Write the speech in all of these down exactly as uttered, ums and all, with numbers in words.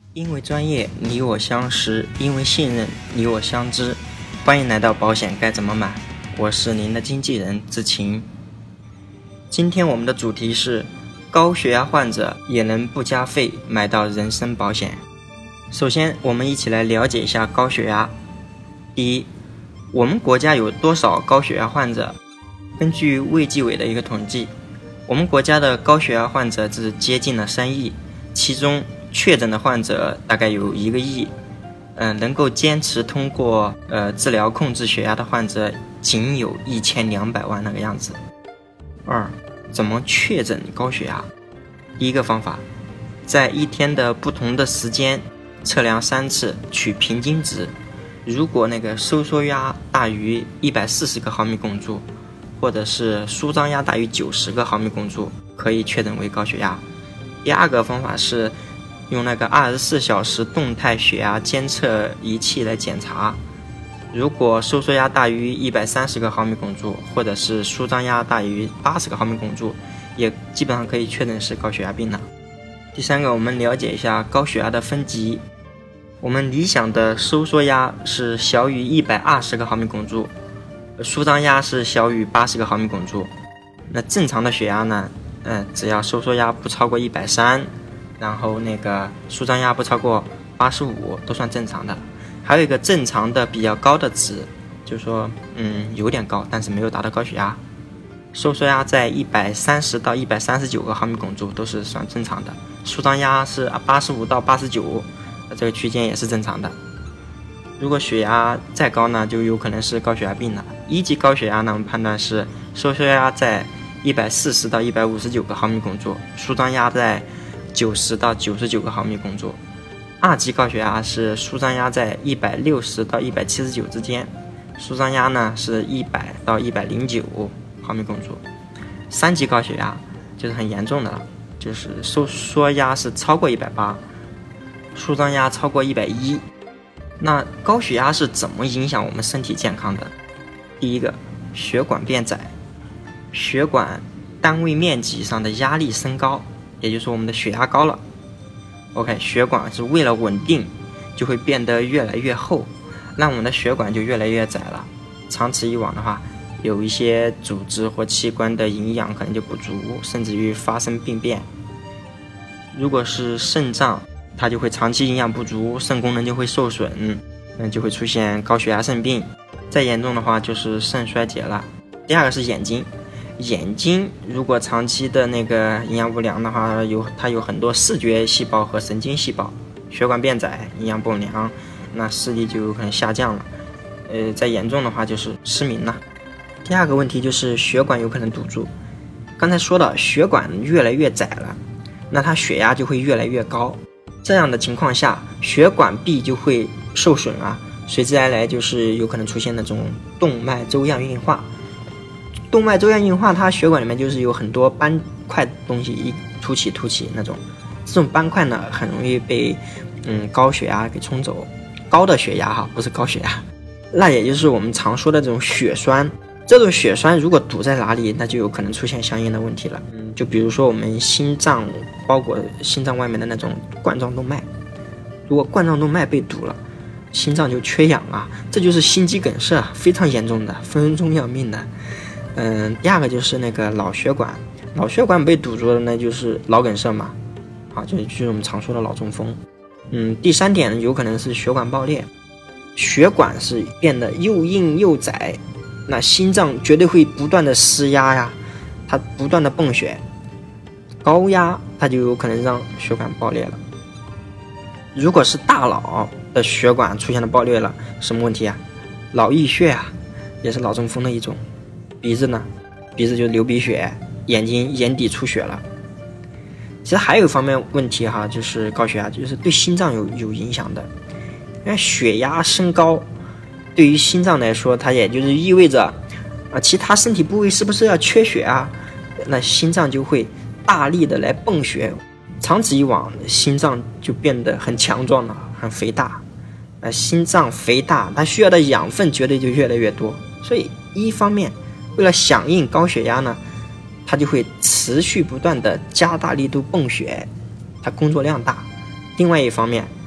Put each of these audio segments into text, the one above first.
因为专业，你我相识；因为信任，你我相知。欢迎来到保险该怎么买，我是您的经纪人志勤。今天我们的主题是高血压患者也能不加费买到人身保险。首先，我们一起来了解一下高血压。第一，我们国家有多少高血压患者？根据卫计委的一个统计，我们国家的高血压患者是接近了三亿，其中确诊的患者大概有一个亿，呃，能够坚持通过呃治疗控制血压的患者仅有一千两百万那个样子。二，怎么确诊高血压？第一个方法，在一天的不同的时间测量三次，取平均值。如果那个收缩压大于一百四十个毫米汞柱，或者是舒张压大于九十个毫米汞柱，可以确诊为高血压。第二个方法是用那个二十四小时动态血压监测仪器来检查，如果收缩压大于一百三十个毫米汞柱，或者是舒张压大于八十个毫米汞柱，也基本上可以确认是高血压病了。第三个，我们了解一下高血压的分级。我们理想的收缩压是小于一百二十个毫米汞柱，舒张压是小于八十个毫米汞柱。那正常的血压呢？嗯，只要收缩压不超过一百三十，然后那个舒张压不超过八十五，都算正常的。还有一个正常的比较高的值，就是说，嗯，有点高，但是没有达到高血压。收缩压在一百三十到一百三十九个毫米汞柱都是算正常的，舒张压是八十五到八十九，这个区间也是正常的。如果血压再高呢，就有可能是高血压病了。一级高血压呢，我们判断是收缩压在一百四十到一百五十九个毫米汞柱，舒张压在九十到九十九个毫米汞柱。二级高血压是舒张压在一百六十到一百七十九之间，舒张压呢是一百到一百零九毫米汞柱。三级高血压就是很严重的了，就是收缩压是超过一百八十，舒张压超过一百一十。那高血压是怎么影响我们身体健康的？第一个，血管变窄，血管单位面积上的压力升高，也就是我们的血压高了。OK， 血管是为了稳定，就会变得越来越厚，让我们的血管就越来越窄了。长此以往的话，有一些组织或器官的营养可能就不足，甚至于发生病变。如果是肾脏，它就会长期营养不足，肾功能就会受损，嗯，就会出现高血压肾病。再严重的话就是肾衰竭了。第二个是眼睛，眼睛如果长期的那个营养不良的话，有它有很多视觉细胞和神经细胞，血管变窄，营养不良，那视力就有可能下降了。呃，再严重的话就是失明了。第二个问题就是血管有可能堵住。刚才说到血管越来越窄了，那它血压就会越来越高。这样的情况下，血管壁就会受损啊，随之而来就是有可能出现那种动脉粥样硬化。动脉粥样硬化，它血管里面就是有很多斑块的东西一凸起凸起那种，这种斑块呢很容易被嗯高血压给冲走。高的血压哈，不是高血压，那也就是我们常说的这种血栓。这种血栓如果堵在哪里，那就有可能出现相应的问题了。嗯，就比如说我们心脏包裹心脏外面的那种冠状动脉，如果冠状动脉被堵了，心脏就缺氧啊，这就是心肌梗塞，非常严重的，分分钟要命的。嗯，第二个就是那个脑血管，脑血管被堵住了，那就是脑梗塞嘛，好，就就是我们常说的脑中风。嗯，第三点有可能是血管爆裂，血管是变得又硬又窄。那心脏绝对会不断的施压呀，它不断的泵血，高压它就有可能让血管爆裂了。如果是大脑的血管出现了爆裂了，什么问题啊？脑溢血啊，也是脑中风的一种。鼻子呢，鼻子就流鼻血，眼睛眼底出血了。其实还有一方面问题哈，就是高血压就是对心脏有有影响的，因为血压升高。对于心脏来说，它也就是意味着啊，其他身体部位是不是要缺血啊？那心脏就会大力的来泵血，长此以往，心脏就变得很强壮了，很肥大。呃，心脏肥大，它需要的养分绝对就越来越多。所以，一方面为了响应高血压呢，它就会持续不断的加大力度泵血，它工作量大。另外一方面，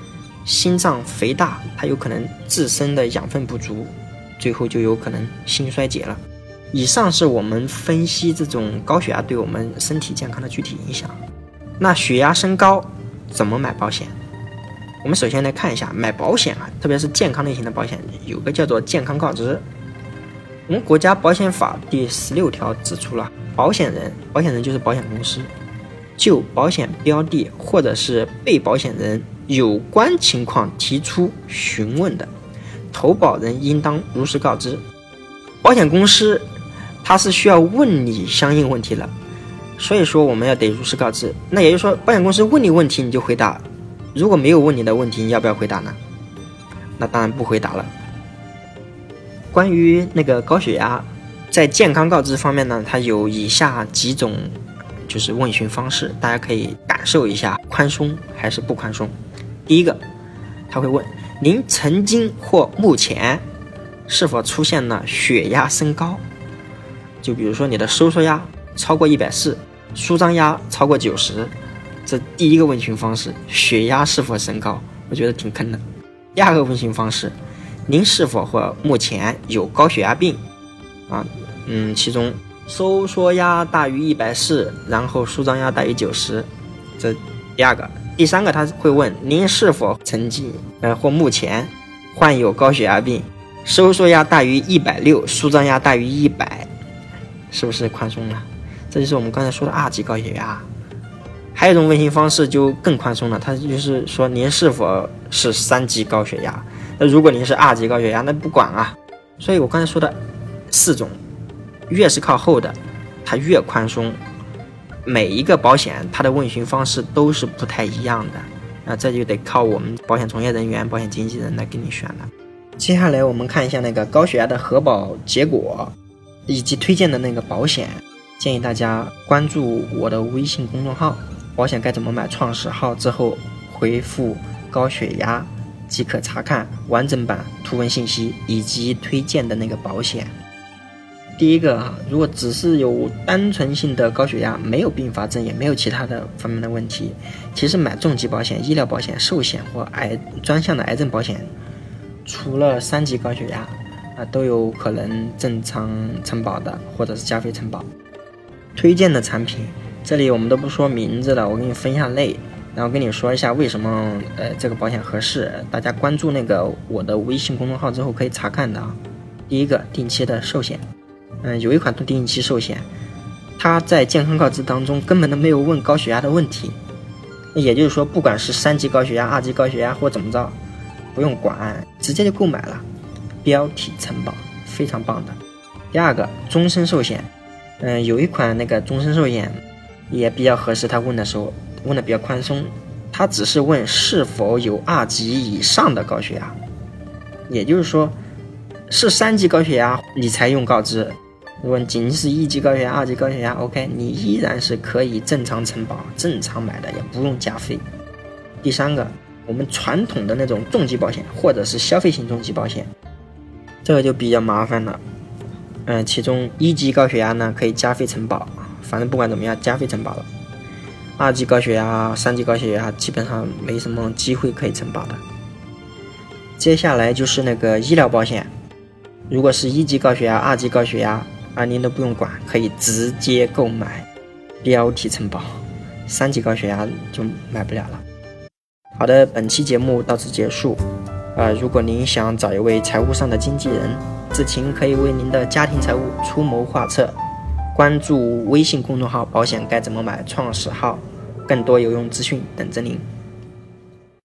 心脏肥大，它有可能自身的养分不足，最后就有可能心衰竭了。以上是我们分析这种高血压对我们身体健康的具体影响。那血压升高怎么买保险？我们首先来看一下买保险啊，特别是健康类型的保险，有个叫做健康告知。我们国家保险法第十六条指出了，保险人，保险人就是保险公司，就保险标的或者是被保险人有关情况提出询问的，投保人应当如实告知。保险公司它是需要问你相应问题的，所以说我们要得如实告知。那也就是说，保险公司问你问题你就回答，如果没有问你的问题，你要不要回答呢？那当然不回答了。关于那个高血压，在健康告知方面呢，它有以下几种就是问询方式，大家可以感受一下宽松还是不宽松。第一个，他会问您曾经或目前是否出现了血压升高，就比如说你的收缩压超过一百四十，舒张压超过九十，这第一个问询方式，血压是否升高，我觉得挺坑的。第二个问询方式，您是否或目前有高血压病啊？嗯，其中收缩压大于一百四十，然后舒张压大于九十，这第二个。第三个，他会问您是否曾经呃或目前患有高血压病，收缩压大于一百六十，舒张压大于一百，是不是宽松了？这就是我们刚才说的二级高血压。还有一种问询方式就更宽松了，它就是说您是否是三级高血压。那如果您是二级高血压，那不管啊。所以我刚才说的四种，越是靠后的，它越宽松。每一个保险它的问询方式都是不太一样的，那这就得靠我们保险从业人员、保险经纪人来给你选了。接下来我们看一下那个高血压的核保结果以及推荐的那个保险，建议大家关注我的微信公众号保险该怎么买创始号之后回复高血压即可查看完整版图文信息以及推荐的那个保险。第一个，如果只是有单纯性的高血压，没有并发症，也没有其他的方面的问题，其实买重疾保险、医疗保险、寿险或癌专项的癌症保险，除了三级高血压啊，都有可能正常承保的，或者是加费承保。推荐的产品，这里我们都不说名字了，我给你分一下类，然后跟你说一下为什么呃这个保险合适。大家关注那个我的微信公众号之后可以查看的啊。第一个，定期的寿险。嗯，有一款定期寿险，它在健康告知当中根本都没有问高血压的问题，也就是说，不管是三级高血压、二级高血压或怎么着，不用管，直接就购买了，标体承保，非常棒的。第二个，终身寿险，嗯，有一款那个终身寿险也比较合适，他问的时候问的比较宽松，他只是问是否有二级以上的高血压，也就是说，是三级高血压你才用告知。如果仅是一级高血压、二级高血压 OK， 你依然是可以正常承保、正常买的，也不用加费。第三个，我们传统的那种重疾保险或者是消费型重疾保险，这个就比较麻烦了。嗯、呃，其中一级高血压呢可以加费承保，反正不管怎么样加费承保了。二级高血压、三级高血压基本上没什么机会可以承保的。接下来就是那个医疗保险，如果是一级高血压、二级高血压啊，您都不用管，可以直接购买，标体承保。三级高血压就买不了了。好的，本期节目到此结束。呃，如果您想找一位财务上的经纪人，志勤可以为您的家庭财务出谋划策。关注微信公众号保险该怎么买创始号，更多有用资讯等着您。